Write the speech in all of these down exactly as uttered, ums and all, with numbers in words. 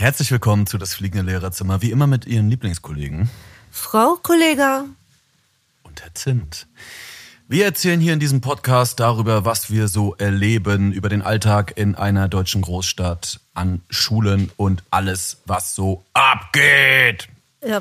Herzlich willkommen zu Das Fliegende Lehrerzimmer, wie immer mit Ihren Lieblingskollegen Frau Kollega und Herr Zimt. Wir erzählen hier in diesem Podcast darüber, was wir so erleben, über den Alltag in einer deutschen Großstadt, an Schulen und alles, was so abgeht. Ja.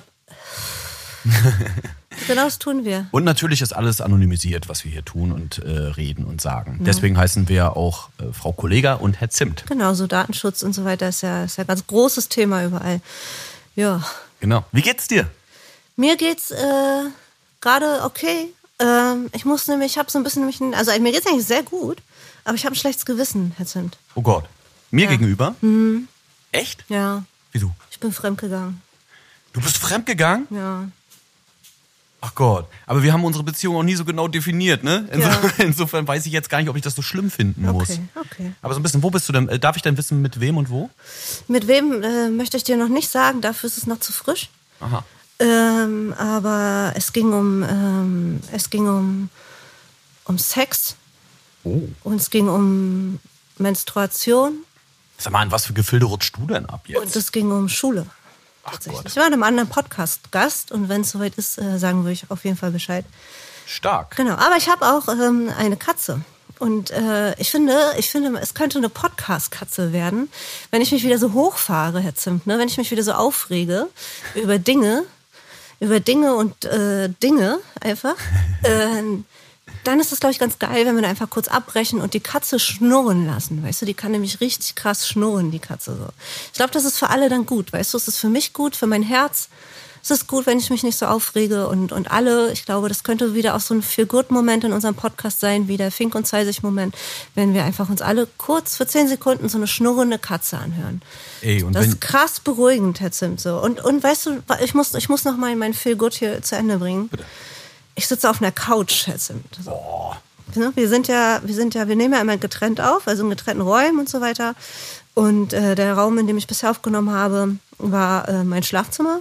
Genau, das tun wir. Und natürlich ist alles anonymisiert, was wir hier tun und äh, reden und sagen. Ja. Deswegen heißen wir auch äh, Frau Kollega und Herr Zimt. Genau, so Datenschutz und so weiter ist ja, ist ja ein ganz großes Thema überall. Ja. Genau. Wie geht's dir? Mir geht's äh, gerade okay. Ähm, ich muss nämlich, ich habe so ein bisschen, nämlich ein, also mir geht's eigentlich sehr gut, aber ich habe ein schlechtes Gewissen, Herr Zimt. Oh Gott. Mir ja. gegenüber? Mhm. Echt? Ja. Wieso? Ich bin fremdgegangen. Du bist fremdgegangen? Ja. Ach Gott, aber wir haben unsere Beziehung auch nie so genau definiert, ne? Inso- Ja. Insofern weiß ich jetzt gar nicht, ob ich das so schlimm finden muss. Okay, okay. Aber so ein bisschen, wo bist du denn? Äh, Darf ich denn wissen, mit wem und wo? Mit wem äh, möchte ich dir noch nicht sagen, dafür ist es noch zu frisch. Aha. Ähm, aber es ging um, ähm, es ging um, um Sex Oh. und es ging um Menstruation Sag mal, in was für Gefilde rutscht du denn ab jetzt? und es ging um Schule. Ach Tatsächlich. Gott. Ich war in einem anderen Podcast Gast und wenn es soweit ist, äh, sagen wir euch auf jeden Fall Bescheid. Stark. Genau, aber ich habe auch ähm, eine Katze. Und äh, ich finde, ich finde, es könnte eine Podcast-Katze werden, wenn ich mich wieder so hochfahre, Herr Zimt, ne? Wenn ich mich wieder so aufrege über Dinge, über Dinge und äh, Dinge einfach, äh, dann ist das, glaube ich, ganz geil, wenn wir da einfach kurz abbrechen und die Katze schnurren lassen, weißt du? Die kann nämlich richtig krass schnurren, die Katze so. Ich glaube, das ist für alle dann gut, weißt du? Es ist für mich gut, für mein Herz. Es ist gut, wenn ich mich nicht so aufrege und, und alle, ich glaube, das könnte wieder auch so ein Feel-Good-Moment in unserem Podcast sein, wie der Fink- und Zeisig-Moment, wenn wir einfach uns alle kurz für zehn Sekunden so eine schnurrende Katze anhören. Ey, und Das wenn, ist krass beruhigend, Herr Zimt. So. Und, und weißt du, ich muss, ich muss noch mal mein Feel-Good hier zu Ende bringen. Bitte. Ich sitze auf einer Couch, Herr Zimt. So. Oh. Ne, Wir sind ja, wir sind ja, wir nehmen ja immer getrennt auf, also in getrennten Räumen und so weiter. Und äh, der Raum, in dem ich bisher aufgenommen habe, war äh, mein Schlafzimmer.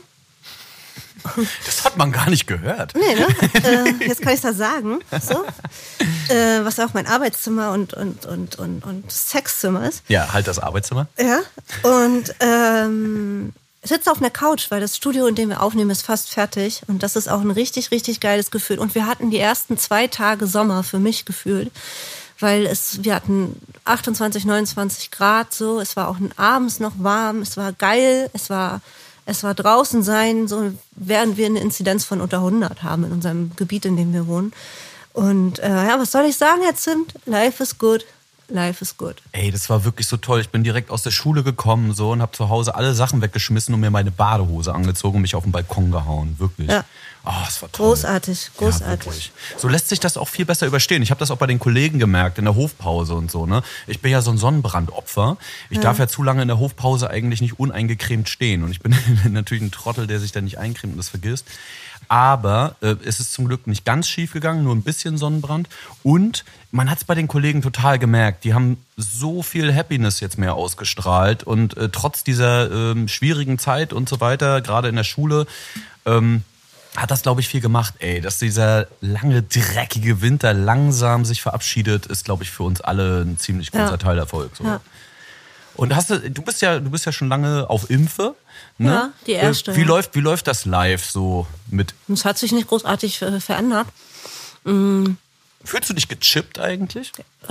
Das hat man gar nicht gehört. Nee, ne? äh, jetzt kann ich das sagen. So. Äh, was auch mein Arbeitszimmer und, und, und, und, und Sexzimmer ist. Ja, halt das Arbeitszimmer. Ja. Und ähm, ich sitze auf einer Couch, weil das Studio, in dem wir aufnehmen, ist fast fertig. Und das ist auch ein richtig, richtig geiles Gefühl. Und wir hatten die ersten zwei Tage Sommer für mich gefühlt. Weil es, wir hatten achtundzwanzig, neunundzwanzig Grad so. Es war auch abends noch warm. Es war geil. Es war... Es war draußen sein, so während wir eine Inzidenz von unter hundert haben in unserem Gebiet, in dem wir wohnen. Und äh, ja, was soll ich sagen, Herr Zimt? Life is good. Life is good. Ey, das war wirklich so toll. Ich bin direkt aus der Schule gekommen so und habe zu Hause alle Sachen weggeschmissen und mir meine Badehose angezogen und mich auf den Balkon gehauen. Wirklich. Ja. Oh, das war toll. Großartig, Ja, großartig. wirklich. So lässt sich das auch viel besser überstehen. Ich habe das auch bei den Kollegen gemerkt, in der Hofpause und so. Ne? Ich bin ja so ein Sonnenbrandopfer. Ich Ja. darf ja zu lange in der Hofpause eigentlich nicht uneingecremt stehen. Und ich bin natürlich ein Trottel, der sich da nicht eincremt und das vergisst. Aber äh, es ist zum Glück nicht ganz schief gegangen, nur ein bisschen Sonnenbrand. Und man hat es bei den Kollegen total gemerkt. Die haben so viel Happiness jetzt mehr ausgestrahlt. Und äh, trotz dieser ähm, schwierigen Zeit und so weiter, gerade in der Schule, ähm, hat das, glaube ich, viel gemacht, ey. Dass dieser lange, dreckige Winter langsam sich verabschiedet, ist, glaube ich, für uns alle ein ziemlich großer Ja. Teilerfolg. So. Ja. Und hast du, du bist ja, du bist ja schon lange auf Impfe, ne? Ja, die erste, Äh, Wie ja. läuft, wie läuft das live so mit? Und es hat sich nicht großartig äh, verändert. Fühlst du dich gechippt eigentlich?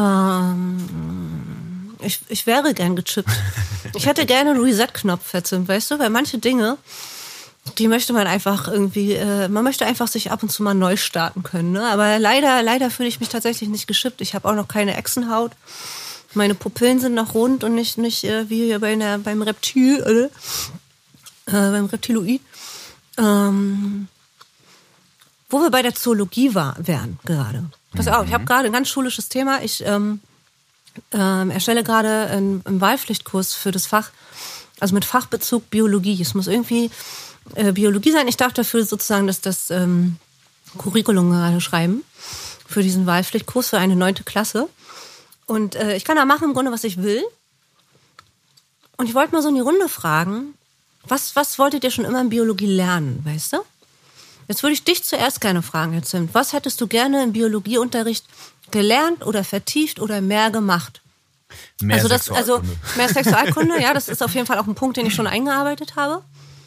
Ähm, ich, ich wäre gern gechippt. Ich hätte gerne einen Reset-Knopf, Herr Zimt, weißt du? Weil manche Dinge, die möchte man einfach irgendwie, äh, man möchte einfach sich ab und zu mal neu starten können. Ne? Aber leider, leider fühle ich mich tatsächlich nicht geschippt. Ich habe auch noch keine Echsenhaut. Meine Pupillen sind noch rund und nicht, nicht äh, wie hier bei der, beim Reptil, äh, beim Reptiloid. Ähm, wo wir bei der Zoologie war, wären gerade. Pass auf, ich habe gerade ein ganz schulisches Thema. Ich ähm, ähm, erstelle gerade einen, einen Wahlpflichtkurs für das Fach, also mit Fachbezug Biologie. Es muss irgendwie äh, Biologie sein. Ich darf dafür sozusagen das, das ähm, Curriculum gerade schreiben für diesen Wahlpflichtkurs für eine neunte Klasse. Und äh, ich kann da machen im Grunde, was ich will. Und ich wollte mal so in die Runde fragen, was, was wolltet ihr schon immer in Biologie lernen, weißt du? Jetzt würde ich dich zuerst gerne fragen, Herr Zimt. Was hättest du gerne im Biologieunterricht gelernt oder vertieft oder mehr gemacht? Mehr also das, also Sexualkunde. mehr Sexualkunde, ja, das ist auf jeden Fall auch ein Punkt, den ich schon eingearbeitet habe.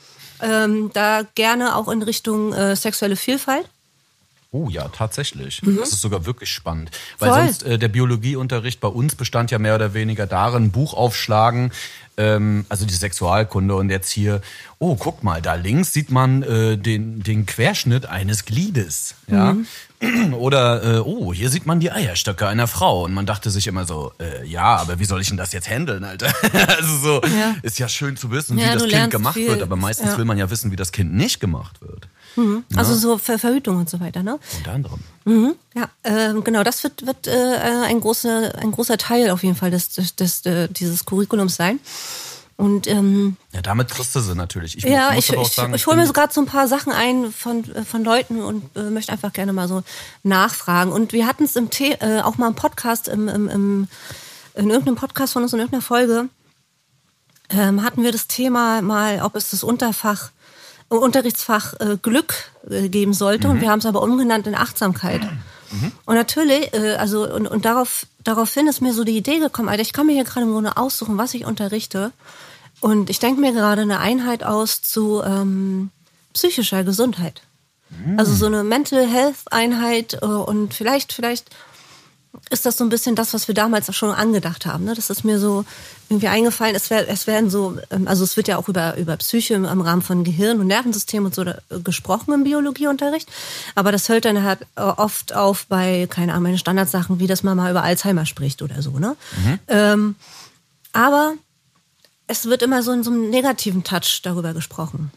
Ähm, da gerne auch in Richtung äh, sexuelle Vielfalt. Oh ja, tatsächlich. Mhm. Das ist sogar wirklich spannend. Weil Voll. sonst äh, der Biologieunterricht bei uns bestand ja mehr oder weniger darin, ein Buch aufschlagen, ähm, also die Sexualkunde und jetzt hier, oh, guck mal, da links sieht man äh, den, den Querschnitt eines Gliedes. Ja? Mhm. Oder, äh, oh, hier sieht man die Eierstöcke einer Frau. Und man dachte sich immer so, äh, ja, aber wie soll ich denn das jetzt handeln, Alter? Also so, ja. ist ja schön zu wissen, ja, wie das du Kind gemacht viel. wird, aber meistens ja. will man ja wissen, wie das Kind nicht gemacht wird. Mhm. Also so Ver Verhütung und so weiter, ne? Unter anderem. Mhm. Ja, ähm, genau, das wird, wird äh, ein, großer, ein großer Teil auf jeden Fall des, des, des, des, dieses Curriculums sein. Und ähm, ja, damit kriegst du sie natürlich. Ich ja, muss ich, aber auch ich, sagen, ich, ich hole mir sogar so ein paar Sachen ein von, von Leuten und äh, möchte einfach gerne mal so nachfragen. Und wir hatten es im The äh, auch mal im Podcast, im, im, im, in irgendeinem Podcast von uns, in irgendeiner Folge, ähm, hatten wir das Thema mal, ob es das Unterfach Unterrichtsfach äh, Glück äh, geben sollte, mhm. und wir haben es aber umgenannt in Achtsamkeit. Mhm. Und natürlich, äh, also und, und darauf, daraufhin ist mir so die Idee gekommen, Alter, ich kann mir hier gerade im Grunde aussuchen, was ich unterrichte. Und ich denke mir gerade eine Einheit aus zu ähm, psychischer Gesundheit. Mhm. Also so eine Mental Health Einheit äh, und vielleicht, vielleicht ist das so ein bisschen das, was wir damals auch schon angedacht haben. Ne? Das ist mir so irgendwie eingefallen. Es, wär, es werden so, also es wird ja auch über, über Psyche im, im Rahmen von Gehirn und Nervensystem und so da, gesprochen im Biologieunterricht. Aber das hört dann halt oft auf bei, keine Ahnung, meine Standardsachen, wie dass man mal über Alzheimer spricht oder so. Ne? Mhm. Ähm, aber es wird immer so in so einem negativen Touch darüber gesprochen.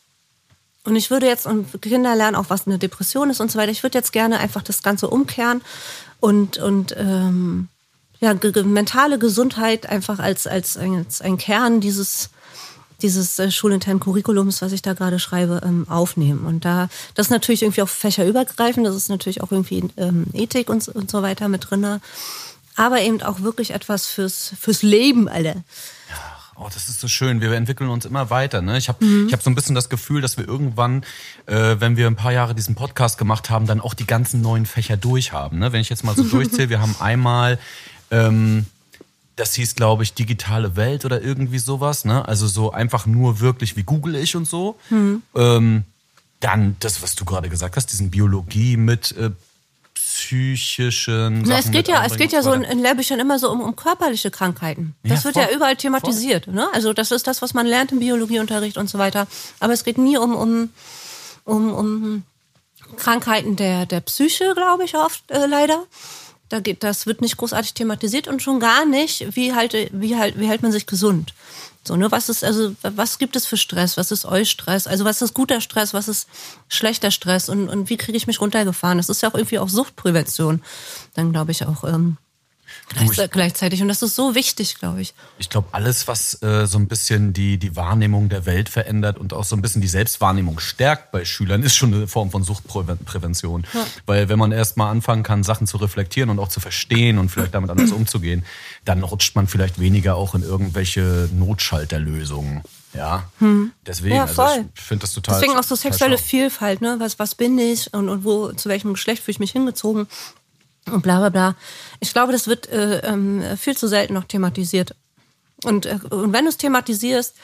Und ich würde jetzt, und Kinder lernen auch, was eine Depression ist und so weiter, ich würde jetzt gerne einfach das Ganze umkehren und, und ähm, ja, ge- ge- mentale Gesundheit einfach als, als, ein, als ein Kern dieses, dieses äh, schulinternen Curriculums, was ich da gerade schreibe, ähm, aufnehmen. Und da, das ist natürlich irgendwie auch fächerübergreifend, das ist natürlich auch irgendwie ähm, Ethik und, und so weiter mit drin, aber eben auch wirklich etwas fürs, fürs Leben, Alter. Oh, das ist so schön. Wir entwickeln uns immer weiter. Ne? Ich habe mhm. ich hab so ein bisschen das Gefühl, dass wir irgendwann, äh, wenn wir ein paar Jahre diesen Podcast gemacht haben, dann auch die ganzen neuen Fächer durchhaben. Ne? Wenn ich jetzt mal so durchzähle, wir haben einmal, ähm, das hieß, glaube ich, digitale Welt oder irgendwie sowas. Ne? Also so einfach nur wirklich, wie google ich und so. Mhm. Ähm, dann das, was du gerade gesagt hast, diesen Biologie mit äh, psychischen Na, Sachen. es geht ja, es geht ja so in, in Lehrbüchern immer so um, um körperliche Krankheiten. Das ja, wird voll, ja überall thematisiert. Ne? Also das ist das, was man lernt im Biologieunterricht und so weiter. Aber es geht nie um, um, um, um Krankheiten der, der Psyche, glaube ich, oft äh, leider. Da geht, das wird nicht großartig thematisiert und schon gar nicht, wie, halt, wie, halt, wie hält man sich gesund. So, ne, was ist, also, was gibt es für Stress? Was ist Eustress? Also, was ist guter Stress? Was ist schlechter Stress? Und, und wie kriege ich mich runtergefahren? Das ist ja auch irgendwie auch Suchtprävention. Dann glaube ich auch, ähm, gleich, gleichzeitig. Und das ist so wichtig, glaube ich. Ich glaube, alles, was äh, so ein bisschen die, die Wahrnehmung der Welt verändert und auch so ein bisschen die Selbstwahrnehmung stärkt bei Schülern, ist schon eine Form von Suchtprävention. Ja. Weil wenn man erst mal anfangen kann, Sachen zu reflektieren und auch zu verstehen und vielleicht damit anders umzugehen, dann rutscht man vielleicht weniger auch in irgendwelche Notschalterlösungen. Ja, hm. deswegen, ja, voll. also ich finde das total. Deswegen auch so sexuelle Vielfalt, ne? Was, was bin ich und, und wo, zu welchem Geschlecht fühle ich mich hingezogen? Und bla bla bla. Ich glaube, das wird äh, ähm, viel zu selten noch thematisiert. Und, äh, und wenn du es thematisierst,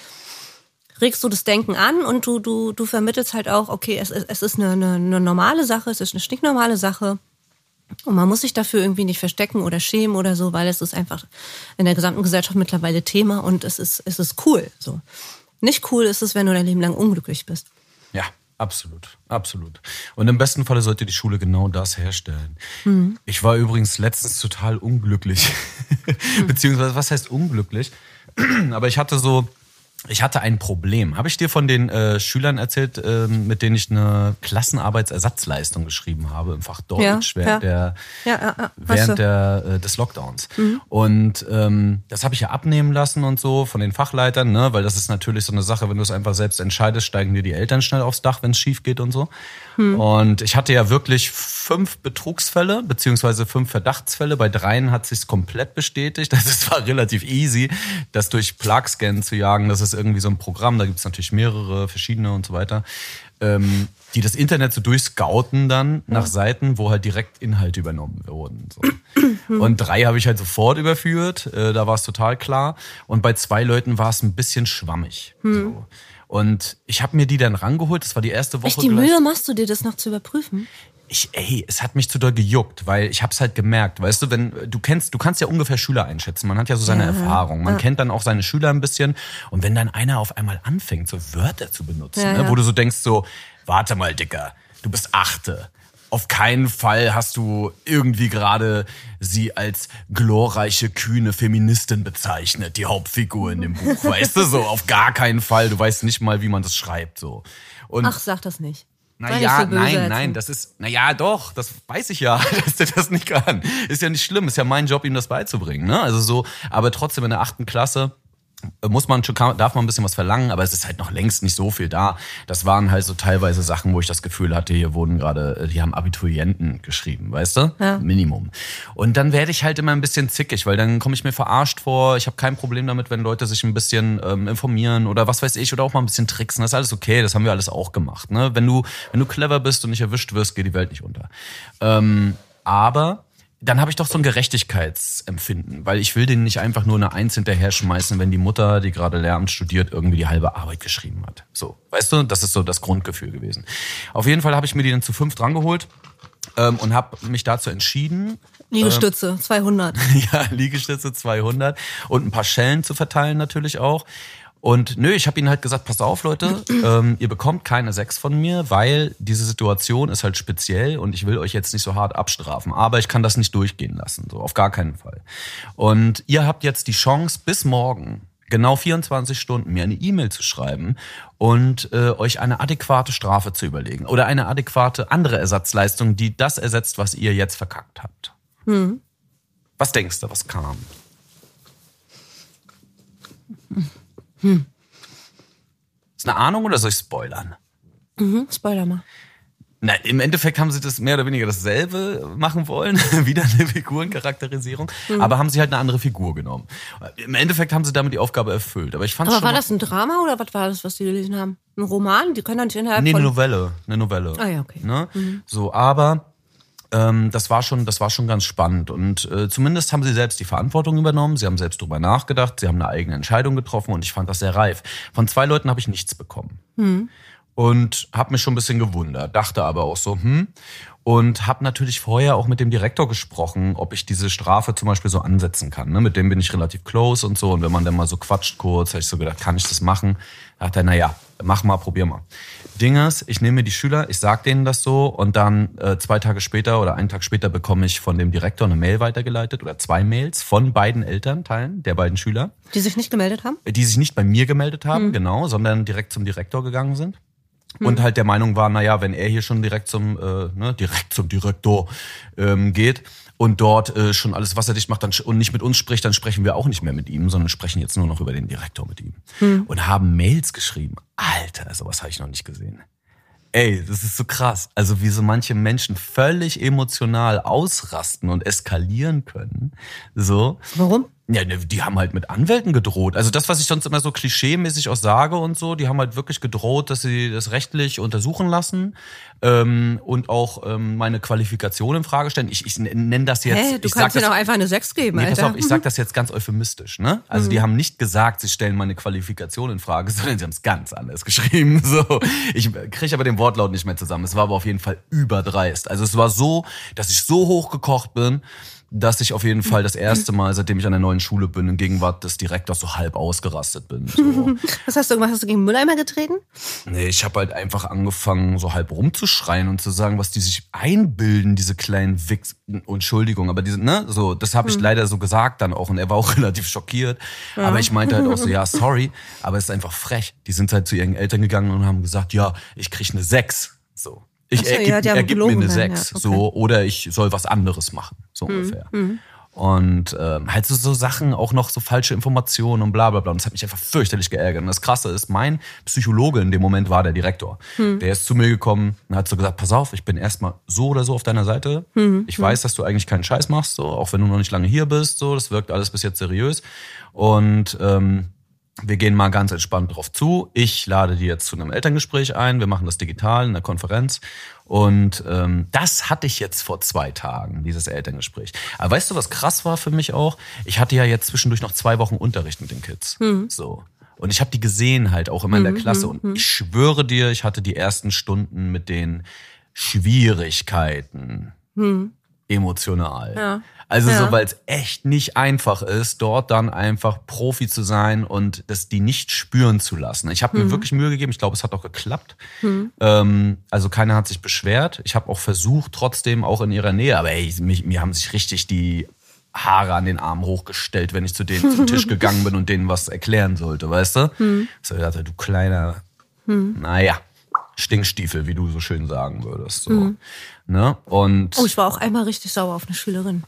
regst du das Denken an und du, du, du vermittelst halt auch, okay, es, es ist eine, eine, eine normale Sache, es ist eine stinknormale Sache. Und man muss sich dafür irgendwie nicht verstecken oder schämen oder so, weil es ist einfach in der gesamten Gesellschaft mittlerweile Thema und es ist, es ist cool. So. Nicht cool ist es, wenn du dein Leben lang unglücklich bist. Ja. Absolut, absolut. Und im besten Falle sollte die Schule genau das herstellen. Mhm. Ich war übrigens letztens total unglücklich. Mhm. Beziehungsweise, was heißt unglücklich? Aber ich hatte so, ich hatte ein Problem. Habe ich dir von den äh, Schülern erzählt, äh, mit denen ich eine Klassenarbeitsersatzleistung geschrieben habe im Fach Deutsch ja, während, ja. Der, ja, ja, ja. während der, äh, des Lockdowns. Mhm. Und ähm, das habe ich ja abnehmen lassen und so von den Fachleitern, ne? Weil das ist natürlich so eine Sache, wenn du es einfach selbst entscheidest, steigen dir die Eltern schnell aufs Dach, wenn es schief geht und so. Mhm. Und ich hatte ja wirklich fünf Betrugsfälle, beziehungsweise fünf Verdachtsfälle. Bei dreien hat es sich komplett bestätigt. Das war relativ easy, das durch Plagscan zu jagen, dass es ist irgendwie so ein Programm, da gibt es natürlich mehrere, verschiedene und so weiter, ähm, die das Internet so durchscouten dann nach Seiten, wo halt direkt Inhalte übernommen wurden. So. Und drei habe ich halt sofort überführt, äh, da war es total klar. Und bei zwei Leuten war es ein bisschen schwammig. Hm. So. Und ich habe mir die dann rangeholt, das war die erste Woche. Echt die gleich. Mühe machst du dir, das noch zu überprüfen? Ich, ey, es hat mich zu doll gejuckt, weil ich hab's halt gemerkt, weißt du, wenn du kennst, du kannst ja ungefähr Schüler einschätzen, man hat ja so seine ja, Erfahrung, man ja. kennt dann auch seine Schüler ein bisschen und wenn dann einer auf einmal anfängt, so Wörter zu benutzen, ja, ne, ja. wo du so denkst so, warte mal, Dicker, du bist Achte. Auf keinen Fall hast du irgendwie gerade sie als glorreiche, kühne Feministin bezeichnet, die Hauptfigur in dem Buch, weißt du, so, auf gar keinen Fall, du weißt nicht mal, wie man das schreibt, so. Und ach, sag das nicht. Naja, so nein, nein, das ist, naja, doch, das weiß ich ja, dass der das nicht kann. Ist ja nicht schlimm, ist ja mein Job, ihm das beizubringen, ne? Also so, aber trotzdem in der achten Klasse muss man schon, darf man ein bisschen was verlangen, aber es ist halt noch längst nicht so viel da. Das waren halt so teilweise Sachen, wo ich das Gefühl hatte, hier wurden gerade, die haben Abiturienten geschrieben, weißt du? Ja. Minimum. Und dann werde ich halt immer ein bisschen zickig, weil dann komme ich mir verarscht vor. Ich habe kein Problem damit, wenn Leute sich ein bisschen ähm, informieren oder was weiß ich oder auch mal ein bisschen tricksen. Das ist alles okay, das haben wir alles auch gemacht. Ne? Wenn du, wenn du clever bist und nicht erwischt wirst, geht die Welt nicht unter. Ähm, aber dann habe ich doch so ein Gerechtigkeitsempfinden, weil ich will denen nicht einfach nur eine Eins hinterher schmeißen, wenn die Mutter, die gerade Lehramt studiert, irgendwie die halbe Arbeit geschrieben hat. So, weißt du, das ist so das Grundgefühl gewesen. Auf jeden Fall habe ich mir die dann zu fünf drangeholt ähm, und habe mich dazu entschieden. Liegestütze, ähm, zweihundert. Ja, Liegestütze zweihundert und ein paar Schellen zu verteilen natürlich auch. Und nö, ich habe ihnen halt gesagt, pass auf, Leute, ähm, ihr bekommt keine sechs von mir, weil diese Situation ist halt speziell und ich will euch jetzt nicht so hart abstrafen. Aber ich kann das nicht durchgehen lassen, so auf gar keinen Fall. Und ihr habt jetzt die Chance, bis morgen genau vierundzwanzig Stunden mir eine E-Mail zu schreiben und äh, euch eine adäquate Strafe zu überlegen oder eine adäquate andere Ersatzleistung, die das ersetzt, was ihr jetzt verkackt habt. Hm. Was denkst du, was kam? Hm. Ist eine Ahnung oder soll ich spoilern? Mhm, spoiler mal. Na, im Endeffekt haben sie das mehr oder weniger dasselbe machen wollen, wieder eine Figurencharakterisierung, mhm. aber haben sie halt eine andere Figur genommen. Im Endeffekt haben sie damit die Aufgabe erfüllt. Aber ich fand aber schon war das ein Drama oder was war das, was die gelesen haben? Ein Roman? Die können doch nicht innerhalb nee, von... Nee, eine Novelle. Eine Novelle. Ah ja, okay. Ne? Mhm. So, aber... Ähm, das war schon, das war schon ganz spannend und äh, zumindest haben sie selbst die Verantwortung übernommen, sie haben selbst drüber nachgedacht, sie haben eine eigene Entscheidung getroffen und ich fand das sehr reif. Von zwei Leuten habe ich nichts bekommen hm. und habe mich schon ein bisschen gewundert, dachte aber auch so, hm, und habe natürlich vorher auch mit dem Direktor gesprochen, ob ich diese Strafe zum Beispiel so ansetzen kann. Ne? Mit dem bin ich relativ close und so und wenn man dann mal so quatscht kurz, habe ich so gedacht, kann ich das machen? Da hat er, naja, mach mal, probier mal. Ding ist, ich nehme mir die Schüler, ich sag denen das so und dann äh, zwei Tage später oder einen Tag später bekomme ich von dem Direktor eine Mail weitergeleitet oder zwei Mails von beiden Elternteilen der beiden Schüler. Die sich nicht gemeldet haben? Die sich nicht bei mir gemeldet haben, hm. genau, sondern direkt zum Direktor gegangen sind. Hm. Und halt der Meinung waren, naja, wenn er hier schon direkt zum, äh, ne, direkt zum Direktor ähm, geht und dort äh, schon alles wasserdicht macht dann, und nicht mit uns spricht, dann sprechen wir auch nicht mehr mit ihm, sondern sprechen jetzt nur noch über den Direktor mit ihm. Hm. Und haben Mails geschrieben. Alter, sowas habe ich noch nicht gesehen. Ey, das ist so krass. Also wie so manche Menschen völlig emotional ausrasten und eskalieren können. So. Warum? Ja, die haben halt mit Anwälten gedroht. Also das, was ich sonst immer so klischeemäßig auch sage und so, die haben halt wirklich gedroht, dass sie das rechtlich untersuchen lassen ähm, und auch ähm, meine Qualifikation in Frage stellen. Ich, ich nenne das jetzt... Hä, du ich kannst sag dir das, doch einfach eine sechs geben, nee, Alter. Pass auf, ich sag das jetzt ganz euphemistisch, ne? Also mhm. die haben nicht gesagt, sie stellen meine Qualifikation in Frage, sondern sie haben es ganz anders geschrieben. So, ich kriege aber den Wortlaut nicht mehr zusammen. Es war aber auf jeden Fall überdreist. Also es war so, dass ich so hochgekocht bin, dass ich auf jeden Fall das erste Mal, seitdem ich an der neuen Schule bin, in Gegenwart des Direktors so halb ausgerastet bin. So. Was hast du gemacht? Hast du gegen Mülleimer getreten? Nee, ich habe halt einfach angefangen, so halb rumzuschreien und zu sagen, was die sich einbilden, diese kleinen Wichs... Entschuldigung, aber diese, ne, so, das habe ich hm. leider so gesagt dann auch und er war auch relativ schockiert. Ja. Aber ich meinte halt auch so, ja, sorry, aber es ist einfach frech. Die sind halt zu ihren Eltern gegangen und haben gesagt, ja, ich krieg eine sechs, so. Ich, so, er, ja, gibt, er gibt mir eine sechs, ja, okay. so, oder ich soll was anderes machen, so hm, ungefähr. Hm. Und ähm, halt so, so Sachen, auch noch so falsche Informationen und bla bla bla. Und das hat mich einfach fürchterlich geärgert. Und das Krasse ist, mein Psychologe in dem Moment war der Direktor. Hm. Der ist zu mir gekommen und hat so gesagt, pass auf, ich bin erstmal so oder so auf deiner Seite. Hm. Ich hm. weiß, dass du eigentlich keinen Scheiß machst, so, auch wenn du noch nicht lange hier bist. So, das wirkt alles bis jetzt seriös. Und ähm, wir gehen mal ganz entspannt drauf zu. Ich lade die jetzt zu einem Elterngespräch ein. Wir machen das digital in der Konferenz. Und ähm, das hatte ich jetzt vor zwei Tagen, dieses Elterngespräch. Aber weißt du, was krass war für mich auch? Ich hatte ja jetzt zwischendurch noch zwei Wochen Unterricht mit den Kids. Mhm. So. Und ich habe die gesehen halt auch immer in der Klasse. Und ich schwöre dir, ich hatte die ersten Stunden mit den Schwierigkeiten hm. emotional. Ja. Also ja. so, weil es echt nicht einfach ist, dort dann einfach Profi zu sein und das die nicht spüren zu lassen. Ich habe hm. mir wirklich Mühe gegeben. Ich glaube, es hat auch geklappt. Hm. Ähm, also keiner hat sich beschwert. Ich habe auch versucht, trotzdem auch in ihrer Nähe. Aber ey, mich, mir haben sich richtig die Haare an den Armen hochgestellt, wenn ich zu denen zum Tisch gegangen bin und denen was erklären sollte, weißt du? Hm. So, ich dachte, du kleiner, hm. naja, Stinkstiefel, wie du so schön sagen würdest. So. Hm. Ne? Und oh, ich war auch einmal richtig sauer auf eine Schülerin.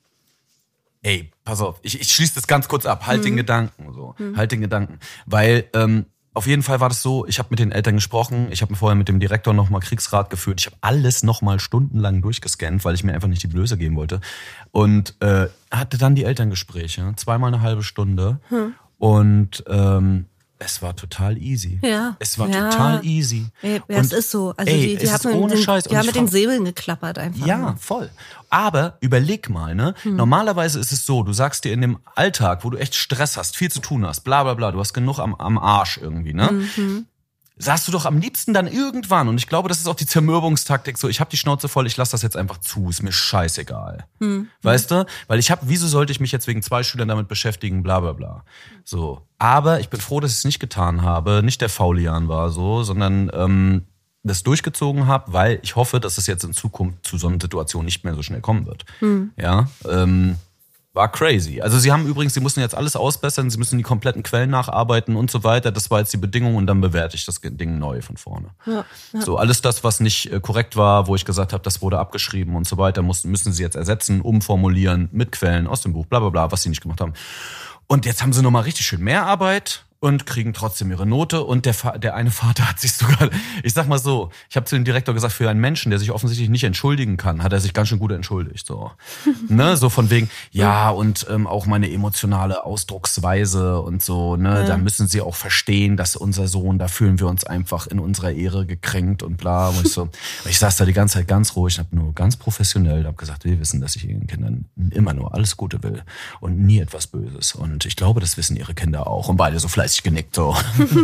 Ey, pass auf, ich, ich schließe das ganz kurz ab. Halt hm. den Gedanken, so. Hm. Halt den Gedanken. Weil, ähm, auf jeden Fall war das so, ich habe mit den Eltern gesprochen, ich habe vorher mit dem Direktor nochmal Kriegsrat geführt, ich habe alles nochmal stundenlang durchgescannt, weil ich mir einfach nicht die Blöße geben wollte. Und äh, hatte dann die Elterngespräche, zweimal eine halbe Stunde. Hm. Und ähm, es war total easy. Ja. Es war ja. total easy. Ey, ja, es ist so. Also ey, die, die haben, ohne den, Scheiß. Die haben mit den Säbeln geklappert einfach. Ja, ne? Voll. Aber überleg mal, ne? Hm. Normalerweise ist es so, du sagst dir in dem Alltag, wo du echt Stress hast, viel zu tun hast, bla bla bla, du hast genug am, am Arsch irgendwie, ne? Mhm. Sagst du doch am liebsten dann irgendwann, und ich glaube, das ist auch die Zermürbungstaktik, so, ich habe die Schnauze voll, ich lasse das jetzt einfach zu, ist mir scheißegal. Hm. Weißt du? Weil ich habe, wieso sollte ich mich jetzt wegen zwei Schülern damit beschäftigen, bla bla bla. So. Aber ich bin froh, dass ich es nicht getan habe, nicht der Faulian war so, sondern ähm, das durchgezogen habe, weil ich hoffe, dass es jetzt in Zukunft zu so einer Situation nicht mehr so schnell kommen wird. Hm. Ja, ähm, war crazy. Also sie haben übrigens, sie mussten jetzt alles ausbessern, sie müssen die kompletten Quellen nacharbeiten und so weiter. Das war jetzt die Bedingung und dann bewerte ich das Ding neu von vorne. Ja, ja. So, alles das, was nicht korrekt war, wo ich gesagt habe, das wurde abgeschrieben und so weiter, mussten, müssen sie jetzt ersetzen, umformulieren mit Quellen aus dem Buch, bla bla bla, was sie nicht gemacht haben. Und jetzt haben sie nochmal richtig schön mehr Arbeit und kriegen trotzdem ihre Note. Und der, der eine Vater hat sich sogar, ich sag mal so, ich habe zu dem Direktor gesagt, für einen Menschen, der sich offensichtlich nicht entschuldigen kann, hat er sich ganz schön gut entschuldigt. So, ne, so von wegen, ja, und ähm, auch meine emotionale Ausdrucksweise und so, ne, ja. Da müssen sie auch verstehen, dass unser Sohn, da fühlen wir uns einfach in unserer Ehre gekränkt und bla. Und ich so, ich saß da die ganze Zeit ganz ruhig, habe nur ganz professionell, habe gesagt, wir wissen, dass ich ihren Kindern immer nur alles Gute will und nie etwas Böses. Und ich glaube, das wissen ihre Kinder auch. Und beide so fleißig genickt, so.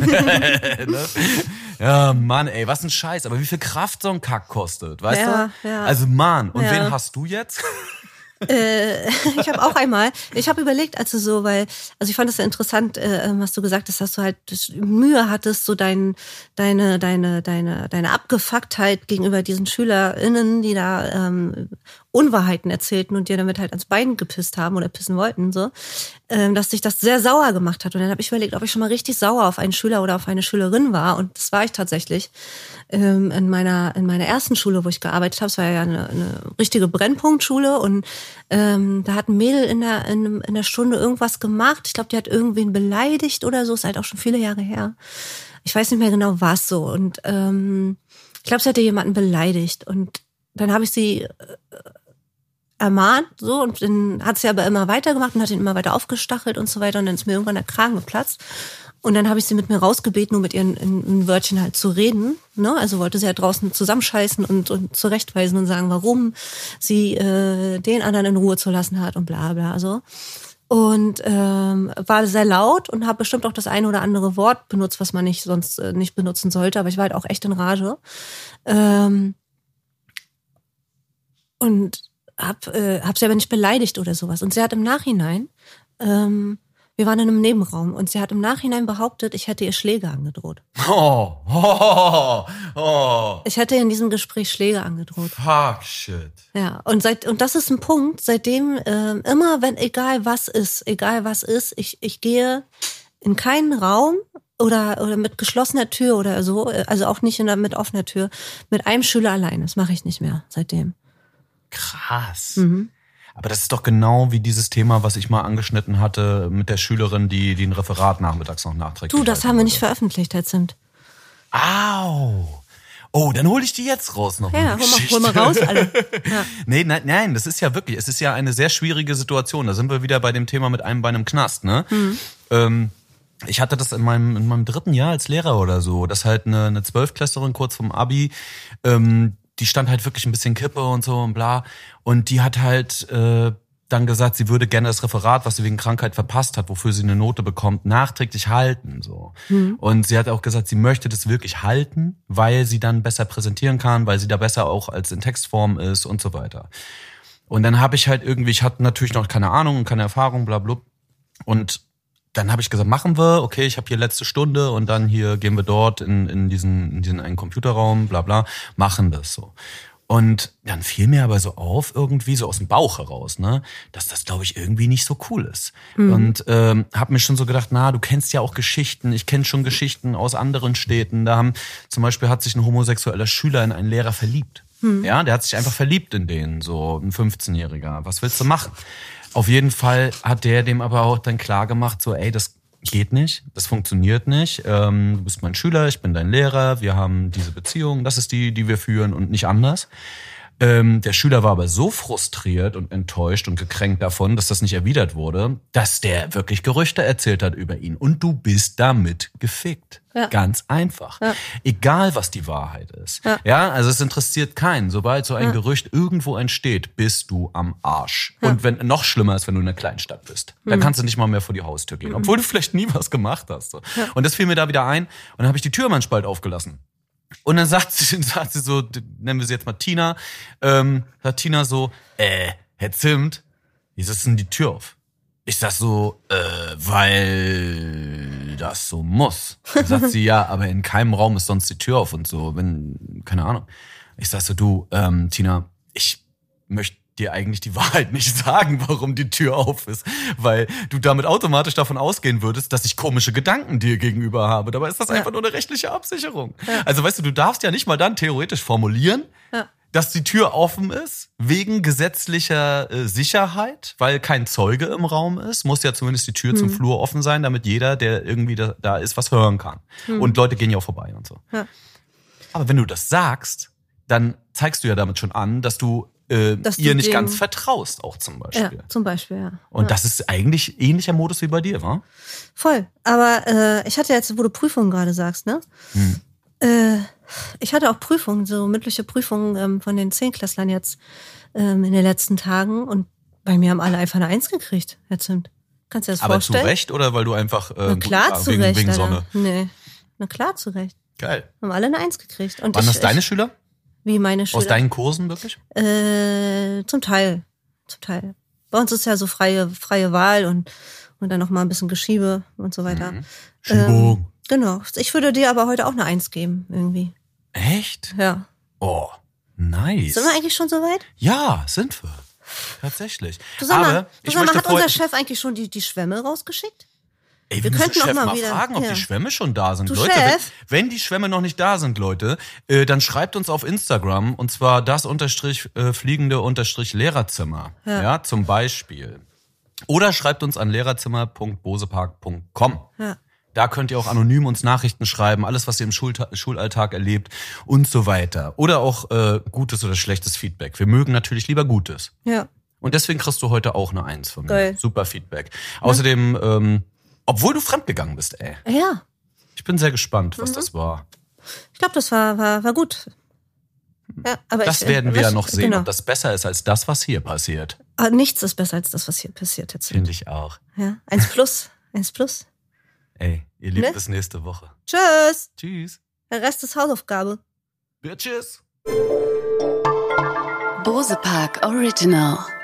Ne? Ja, Mann, ey, was ein Scheiß. Aber wie viel Kraft so ein Kack kostet, weißt ja, du? Ja. Also, Mann, und ja. wen hast du jetzt? äh, ich habe auch einmal, ich habe überlegt, also so, weil, also ich fand es ja interessant, äh, was du gesagt hast, dass du halt Mühe hattest, so dein, deine, deine, deine, deine Abgefucktheit gegenüber diesen SchülerInnen, die da ähm, Unwahrheiten erzählten und dir damit halt ans Bein gepisst haben oder pissen wollten, so, ähm, dass sich das sehr sauer gemacht hat. Und dann habe ich überlegt, ob ich schon mal richtig sauer auf einen Schüler oder auf eine Schülerin war. Und das war ich tatsächlich ähm, in meiner in meiner ersten Schule, wo ich gearbeitet habe. Es war ja eine, eine richtige Brennpunktschule und ähm, da hat ein Mädel in der in, in der Stunde irgendwas gemacht. Ich glaube, die hat irgendwen beleidigt oder so. Ist halt auch schon viele Jahre her. Ich weiß nicht mehr genau, was so. Und ähm, ich glaube, sie hatte jemanden beleidigt. Und dann habe ich sie äh, ermahnt, so, und dann hat sie aber immer weitergemacht und hat ihn immer weiter aufgestachelt und so weiter, und dann ist mir irgendwann der Kragen geplatzt. Und dann habe ich sie mit mir rausgebeten, um mit ihr ein, ein Wörtchen halt zu reden, ne? Also wollte sie halt draußen zusammenscheißen und, und zurechtweisen und sagen, warum sie äh, den anderen in Ruhe zu lassen hat und bla bla, so. Und ähm, war sehr laut und habe bestimmt auch das eine oder andere Wort benutzt, was man nicht sonst äh, nicht benutzen sollte, aber ich war halt auch echt in Rage. Ähm, und hab, äh, hab sie aber nicht beleidigt oder sowas. Und sie hat im Nachhinein, ähm, wir waren in einem Nebenraum, und sie hat im Nachhinein behauptet, ich hätte ihr Schläge angedroht. Oh, oh, oh. Ich hätte ihr in diesem Gespräch Schläge angedroht. Fuck shit. Ja, und seit und das ist ein Punkt, seitdem äh, immer, wenn egal was ist, egal was ist, ich ich gehe in keinen Raum oder oder mit geschlossener Tür oder so, also auch nicht in der, mit offener Tür, mit einem Schüler allein. Das mache ich nicht mehr seitdem. Krass. Mhm. Aber das ist doch genau wie dieses Thema, was ich mal angeschnitten hatte mit der Schülerin, die, die ein Referat nachmittags noch nachträgt. Du, das haben wir nicht veröffentlicht, Herr Zimt. Au. Oh, dann hole ich die jetzt raus noch. Ja, hol mal, hol mal raus, alle. Ja. Nee, nein, nein, das ist ja wirklich, es ist ja eine sehr schwierige Situation. Da sind wir wieder bei dem Thema mit einem Bein im Knast, ne? Mhm. Ähm, ich hatte das in meinem, in meinem dritten Jahr als Lehrer oder so, dass halt eine, eine Zwölftklässlerin kurz vom Abi, ähm, die stand halt wirklich ein bisschen Kippe und so und bla. Und die hat halt äh, dann gesagt, sie würde gerne das Referat, was sie wegen Krankheit verpasst hat, wofür sie eine Note bekommt, nachträglich halten. So. Mhm. Und sie hat auch gesagt, sie möchte das wirklich halten, weil sie dann besser präsentieren kann, weil sie da besser auch als in Textform ist und so weiter. Und dann habe ich halt irgendwie, ich hatte natürlich noch keine Ahnung und keine Erfahrung, bla bla. Und dann habe ich gesagt, machen wir, okay, ich habe hier letzte Stunde und dann hier gehen wir dort in, in diesen in diesen einen Computerraum, bla bla, machen das so. Und dann fiel mir aber so auf, irgendwie so aus dem Bauch heraus, ne, dass das, glaube ich, irgendwie nicht so cool ist. Mhm. Und ähm, habe mir schon so gedacht, na, du kennst ja auch Geschichten, ich kenne schon Geschichten aus anderen Städten. Da haben zum Beispiel hat sich ein homosexueller Schüler in einen Lehrer verliebt. Mhm. Ja, der hat sich einfach verliebt in den, so ein fünfzehnjähriger. Was willst du machen? Auf jeden Fall hat der dem aber auch dann klar gemacht, so, ey, das geht nicht, das funktioniert nicht. Ähm, du bist mein Schüler, ich bin dein Lehrer, wir haben diese Beziehung, das ist die, die wir führen und nicht anders. Ähm, der Schüler war aber so frustriert und enttäuscht und gekränkt davon, dass das nicht erwidert wurde, dass der wirklich Gerüchte erzählt hat über ihn. Und du bist damit gefickt. Ja. Ganz einfach. Ja. Egal, was die Wahrheit ist. Ja. ja, also es interessiert keinen. Sobald so ein ja. Gerücht irgendwo entsteht, bist du am Arsch. Ja. Und wenn noch schlimmer ist, wenn du in einer Kleinstadt bist. Mhm. Dann kannst du nicht mal mehr vor die Haustür gehen. Mhm. Obwohl du vielleicht nie was gemacht hast. So. Ja. Und das fiel mir da wieder ein. Und dann habe ich die Tür mal einen Spalt aufgelassen. Und dann sagt sie, sagt sie so, nennen wir sie jetzt mal Tina, ähm, sagt Tina so, äh, Herr Zimt, wieso ist denn die Tür auf? Ich sag so, äh, weil das so muss. Dann sagt sie, ja, aber in keinem Raum ist sonst die Tür auf und so, wenn, keine Ahnung. Ich sag so, du, ähm, Tina, ich möchte dir eigentlich die Wahrheit nicht sagen, warum die Tür auf ist, weil du damit automatisch davon ausgehen würdest, dass ich komische Gedanken dir gegenüber habe. Dabei ist das ja. einfach nur eine rechtliche Absicherung. Ja. Also weißt du, du darfst ja nicht mal dann theoretisch formulieren, ja. dass die Tür offen ist, wegen gesetzlicher äh, Sicherheit, weil kein Zeuge im Raum ist, muss ja zumindest die Tür hm. zum Flur offen sein, damit jeder, der irgendwie da, da ist, was hören kann. Hm. Und Leute gehen ja auch vorbei und so. Ja. Aber wenn du das sagst, dann zeigst du ja damit schon an, dass du Äh, Dass ihr nicht ganz vertraust, auch zum Beispiel. Ja, zum Beispiel, ja. Und ja. das ist eigentlich ähnlicher Modus wie bei dir, wa? Voll. Aber äh, ich hatte jetzt, wo du Prüfungen gerade sagst, ne? Hm. Äh, ich hatte auch Prüfungen, so mündliche Prüfungen ähm, von den Zehnklässlern jetzt ähm, in den letzten Tagen. Und bei mir haben alle einfach eine Eins gekriegt, Herr Zimt. Kannst du dir das Aber vorstellen? zu Recht oder weil du einfach äh, Na klar, gut, zu wegen, Recht, wegen Sonne? Nee, na klar, zu Recht. Geil. Haben alle eine Eins gekriegt. Und Waren ich, das deine ich, Schüler? Wie meine Schüler? Aus deinen Kursen wirklich? Äh, zum Teil. Zum Teil. Bei uns ist ja so freie, freie Wahl und, und dann noch mal ein bisschen Geschiebe und so weiter. Mhm. Schiebung. Ähm, genau. Ich würde dir aber heute auch eine Eins geben, irgendwie. Echt? Ja. Oh, nice. Sind wir eigentlich schon so weit? Ja, sind wir. Tatsächlich. Du sag mal, aber du ich sag mal möchte hat vorher, unser Chef eigentlich schon die, die Schwämme rausgeschickt? Ey, wir wir könnten Chef auch mal, mal wieder fragen, ob ja. die Schwämme schon da sind. Du Leute, Chef? wenn, wenn die Schwämme noch nicht da sind, Leute, äh, dann schreibt uns auf Instagram, und zwar das unterstrich äh, fliegende unterstrich Lehrerzimmer. Ja. ja, zum Beispiel. Oder schreibt uns an lehrerzimmer punkt bosepark punkt com. Ja. Da könnt ihr auch anonym uns Nachrichten schreiben, alles, was ihr im Schulta- Schulalltag erlebt und so weiter. Oder auch äh, gutes oder schlechtes Feedback. Wir mögen natürlich lieber Gutes. Ja. Und deswegen kriegst du heute auch eine Eins von mir. Geil. Super Feedback. Außerdem, ähm, obwohl du fremdgegangen bist, ey. Ja. Ich bin sehr gespannt, was mhm. das war. Ich glaube, das war, war, war gut. Ja, aber das ich, werden wir was, ja noch sehen, genau. ob das besser ist als das, was hier passiert. Aber nichts ist besser als das, was hier passiert jetzt. Finde ich auch. Ja, eins plus, eins plus. Ey, ihr liebt ne? bis nächste Woche. Tschüss. Tschüss. Der Rest ist Hausaufgabe. Bitches. Bosepark Original.